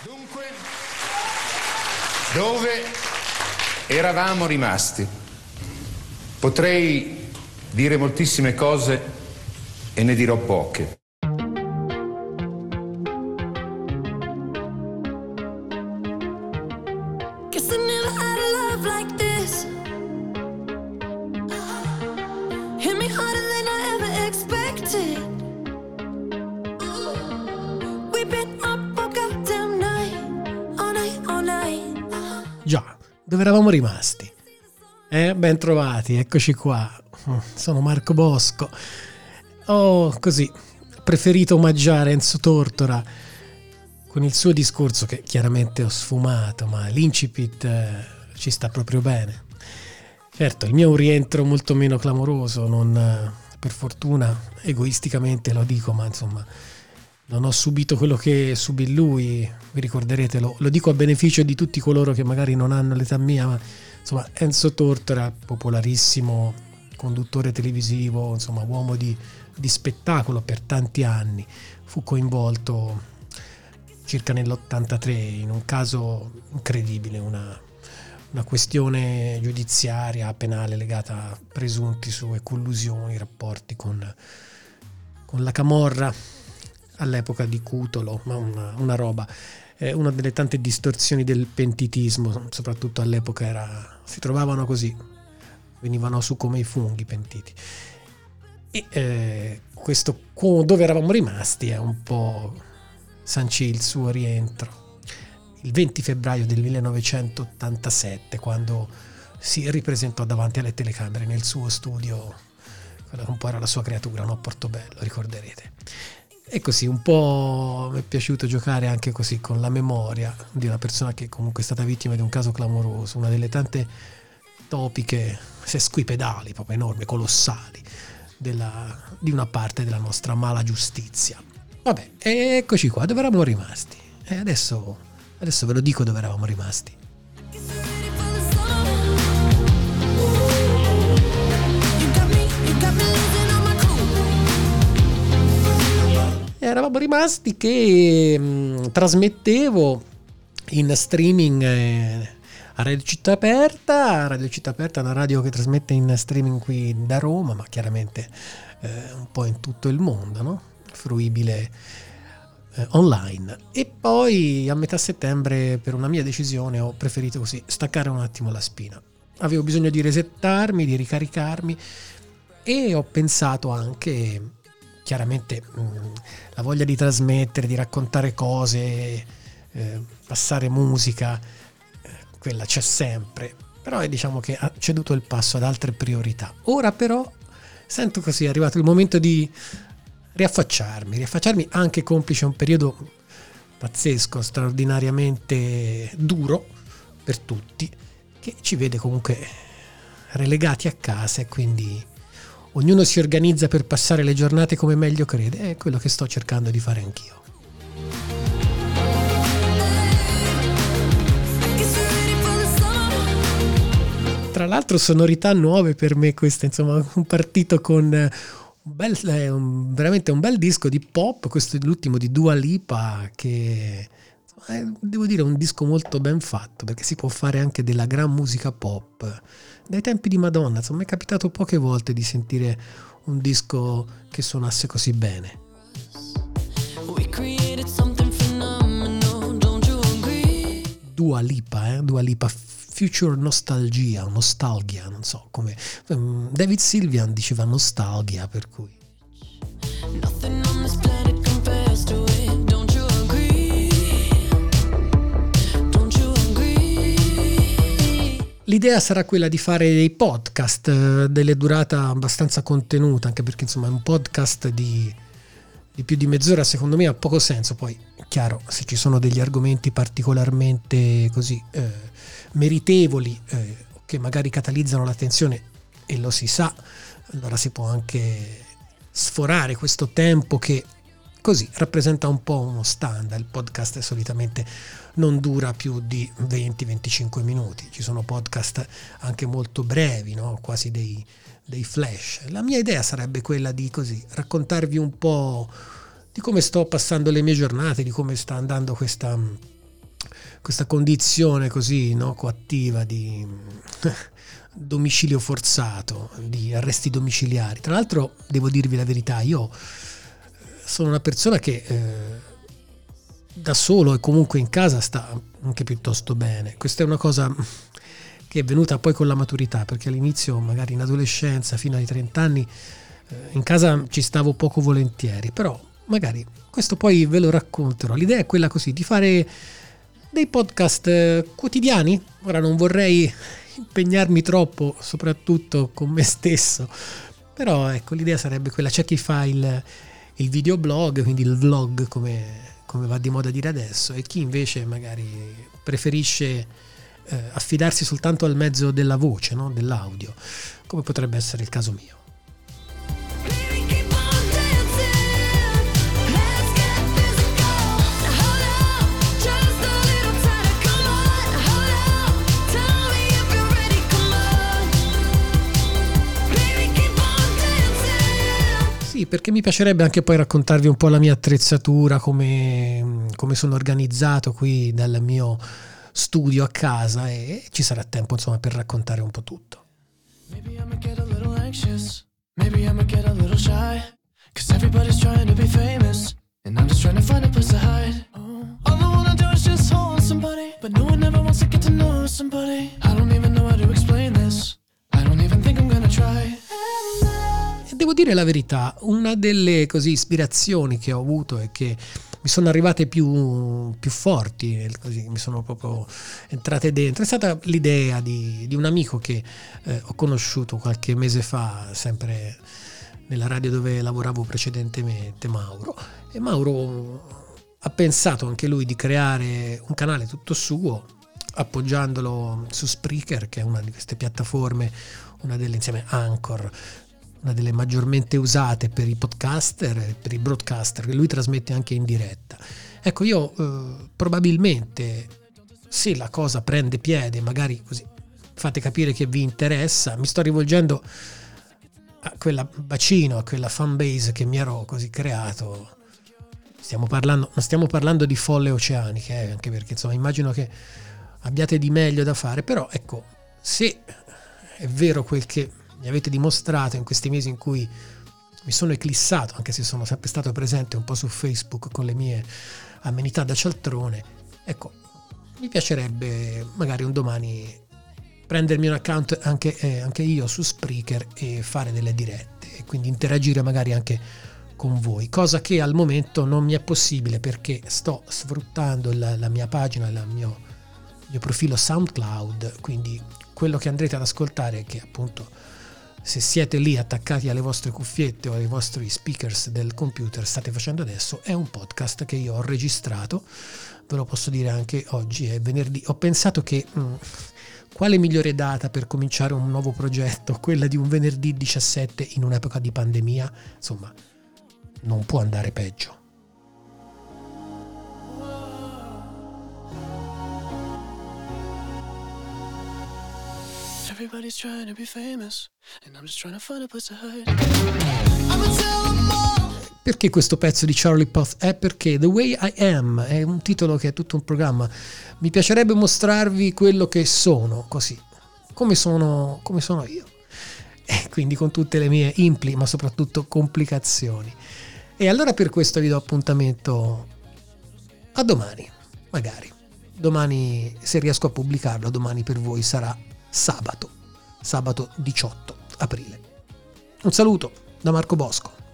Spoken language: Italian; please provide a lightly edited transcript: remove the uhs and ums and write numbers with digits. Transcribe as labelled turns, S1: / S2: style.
S1: Dunque, dove eravamo rimasti? Potrei dire moltissime cose e ne dirò poche.
S2: Già, dove eravamo rimasti? Ben trovati, eccoci qua. Sono Marco Bosco. Ho così preferito omaggiare Enzo Tortora con il suo discorso, che chiaramente ho sfumato, ma l'incipit ci sta proprio bene. Certo, il mio è un rientro molto meno clamoroso, non per fortuna, egoisticamente lo dico, ma insomma non ho subito quello che subì lui. Vi ricorderete, lo dico a beneficio di tutti coloro che magari non hanno l'età mia, ma insomma Enzo Tortora, popolarissimo conduttore televisivo, insomma uomo di spettacolo per tanti anni, fu coinvolto circa nell'83 in un caso incredibile, una questione giudiziaria penale legata a presunti sue collusioni, rapporti con la camorra all'epoca di Cutolo, ma una roba, una delle tante distorsioni del pentitismo, soprattutto all'epoca si trovavano così, venivano su come i funghi pentiti. E questo dove eravamo rimasti è un po' sancì il suo rientro il 20 febbraio del 1987, quando si ripresentò davanti alle telecamere nel suo studio, quella che un po' era la sua creatura, no? Portobello, ricorderete. E così un po' mi è piaciuto giocare anche così con la memoria di una persona che comunque è stata vittima di un caso clamoroso, una delle tante topiche sesquipedali, proprio enormi, colossali, di una parte della nostra mala giustizia. Vabbè, eccoci qua, dove eravamo rimasti? E adesso ve lo dico dove eravamo rimasti. Eravamo rimasti che trasmettevo in streaming a Radio Città Aperta. Radio Città Aperta è una radio che trasmette in streaming qui da Roma, ma chiaramente un po' in tutto il mondo, no? Fruibile online. E poi a metà settembre, per una mia decisione, ho preferito così staccare un attimo la spina. Avevo bisogno di resettarmi, di ricaricarmi, e ho pensato anche, chiaramente, la voglia di trasmettere, di raccontare cose, passare musica, quella c'è sempre, però diciamo che ha ceduto il passo ad altre priorità. Ora però sento così è arrivato il momento di riaffacciarmi anche complice un periodo pazzesco, straordinariamente duro per tutti, che ci vede comunque relegati a casa, e quindi ognuno si organizza per passare le giornate come meglio crede. È quello che sto cercando di fare anch'io. Tra l'altro sonorità nuove per me queste, insomma, un partito con veramente un bel disco di pop. Questo è l'ultimo di Dua Lipa, che devo dire è un disco molto ben fatto, perché si può fare anche della gran musica pop dai tempi di Madonna. Insomma, mi è capitato poche volte di sentire un disco che suonasse così bene. Dua Lipa, Future Nostalgia, non so come. David Sylvian diceva nostalgia, per cui. L'idea sarà quella di fare dei podcast delle durata abbastanza contenuta, anche perché insomma un podcast di più di mezz'ora secondo me ha poco senso. Poi è chiaro, se ci sono degli argomenti particolarmente così meritevoli, che magari catalizzano l'attenzione, e lo si sa, allora si può anche sforare questo tempo che così rappresenta un po' uno standard. Il podcast solitamente non dura più di 20-25 minuti, ci sono podcast anche molto brevi, no? Quasi dei flash. La mia idea sarebbe quella di così raccontarvi un po' di come sto passando le mie giornate, di come sta andando questa questa condizione così, no, coattiva di domicilio forzato, di arresti domiciliari. Tra l'altro devo dirvi la verità, io sono una persona che da solo e comunque in casa sta anche piuttosto bene. Questa è una cosa che è venuta poi con la maturità, perché all'inizio, magari in adolescenza fino ai 30 anni, in casa ci stavo poco volentieri, però magari questo poi ve lo racconterò. L'idea è quella così, di fare dei podcast quotidiani. Ora non vorrei impegnarmi troppo, soprattutto con me stesso, però ecco, l'idea sarebbe quella. C'è chi fa il videoblog, quindi il vlog come va di moda dire adesso, e chi invece magari preferisce affidarsi soltanto al mezzo della voce, no? Dell'audio, come potrebbe essere il caso mio. Sì, perché mi piacerebbe anche poi raccontarvi un po' la mia attrezzatura, come sono organizzato qui dal mio studio a casa, e ci sarà tempo insomma per raccontare un po' tutto. Maybe I'm get a little anxious, maybe I'm get a little shy, 'cause everybody's trying to be famous and I'm just trying to find a place to hide. All I wanna do is just hold somebody, but no one ever wants to get to know somebody. I don't even know how to explain this. I don't even think I'm gonna try. Devo dire la verità, una delle così ispirazioni che ho avuto e che mi sono arrivate più forti, così mi sono proprio entrate dentro, è stata l'idea di un amico che ho conosciuto qualche mese fa, sempre nella radio dove lavoravo precedentemente, Mauro. E Mauro ha pensato anche lui di creare un canale tutto suo, appoggiandolo su Spreaker, che è una di queste piattaforme, una delle, insieme a Anchor, una delle maggiormente usate per i podcaster e per i broadcaster, che lui trasmette anche in diretta. Ecco, io probabilmente, se la cosa prende piede, magari così fate capire che vi interessa, mi sto rivolgendo a quella bacino, a quella fanbase che mi ero così creato. Non stiamo parlando di folle oceaniche, anche perché insomma immagino che abbiate di meglio da fare, però ecco, se è vero quel che mi avete dimostrato in questi mesi in cui mi sono eclissato, anche se sono sempre stato presente un po' su Facebook con le mie amenità da cialtrone, ecco, mi piacerebbe magari un domani prendermi un account anche io su Spreaker e fare delle dirette, e quindi interagire magari anche con voi, cosa che al momento non mi è possibile perché sto sfruttando la mia pagina, il mio profilo SoundCloud, quindi quello che andrete ad ascoltare, che appunto, se siete lì attaccati alle vostre cuffiette o ai vostri speakers del computer state facendo adesso, è un podcast che io ho registrato, ve lo posso dire anche oggi, è venerdì. Ho pensato che quale migliore data per cominciare un nuovo progetto, quella di un venerdì 17 in un'epoca di pandemia, insomma, non può andare peggio. Everybody's trying to be famous and I'm just trying to find a place to hide. Perché questo pezzo di Charlie Puth? È perché The Way I Am è un titolo che è tutto un programma. Mi piacerebbe mostrarvi quello che sono, così, come sono io, e quindi con tutte le mie impli ma soprattutto complicazioni. E allora per questo vi do appuntamento a domani, magari domani, se riesco a pubblicarlo. Domani per voi sarà sabato 18 aprile. Un saluto da Marco Bosco.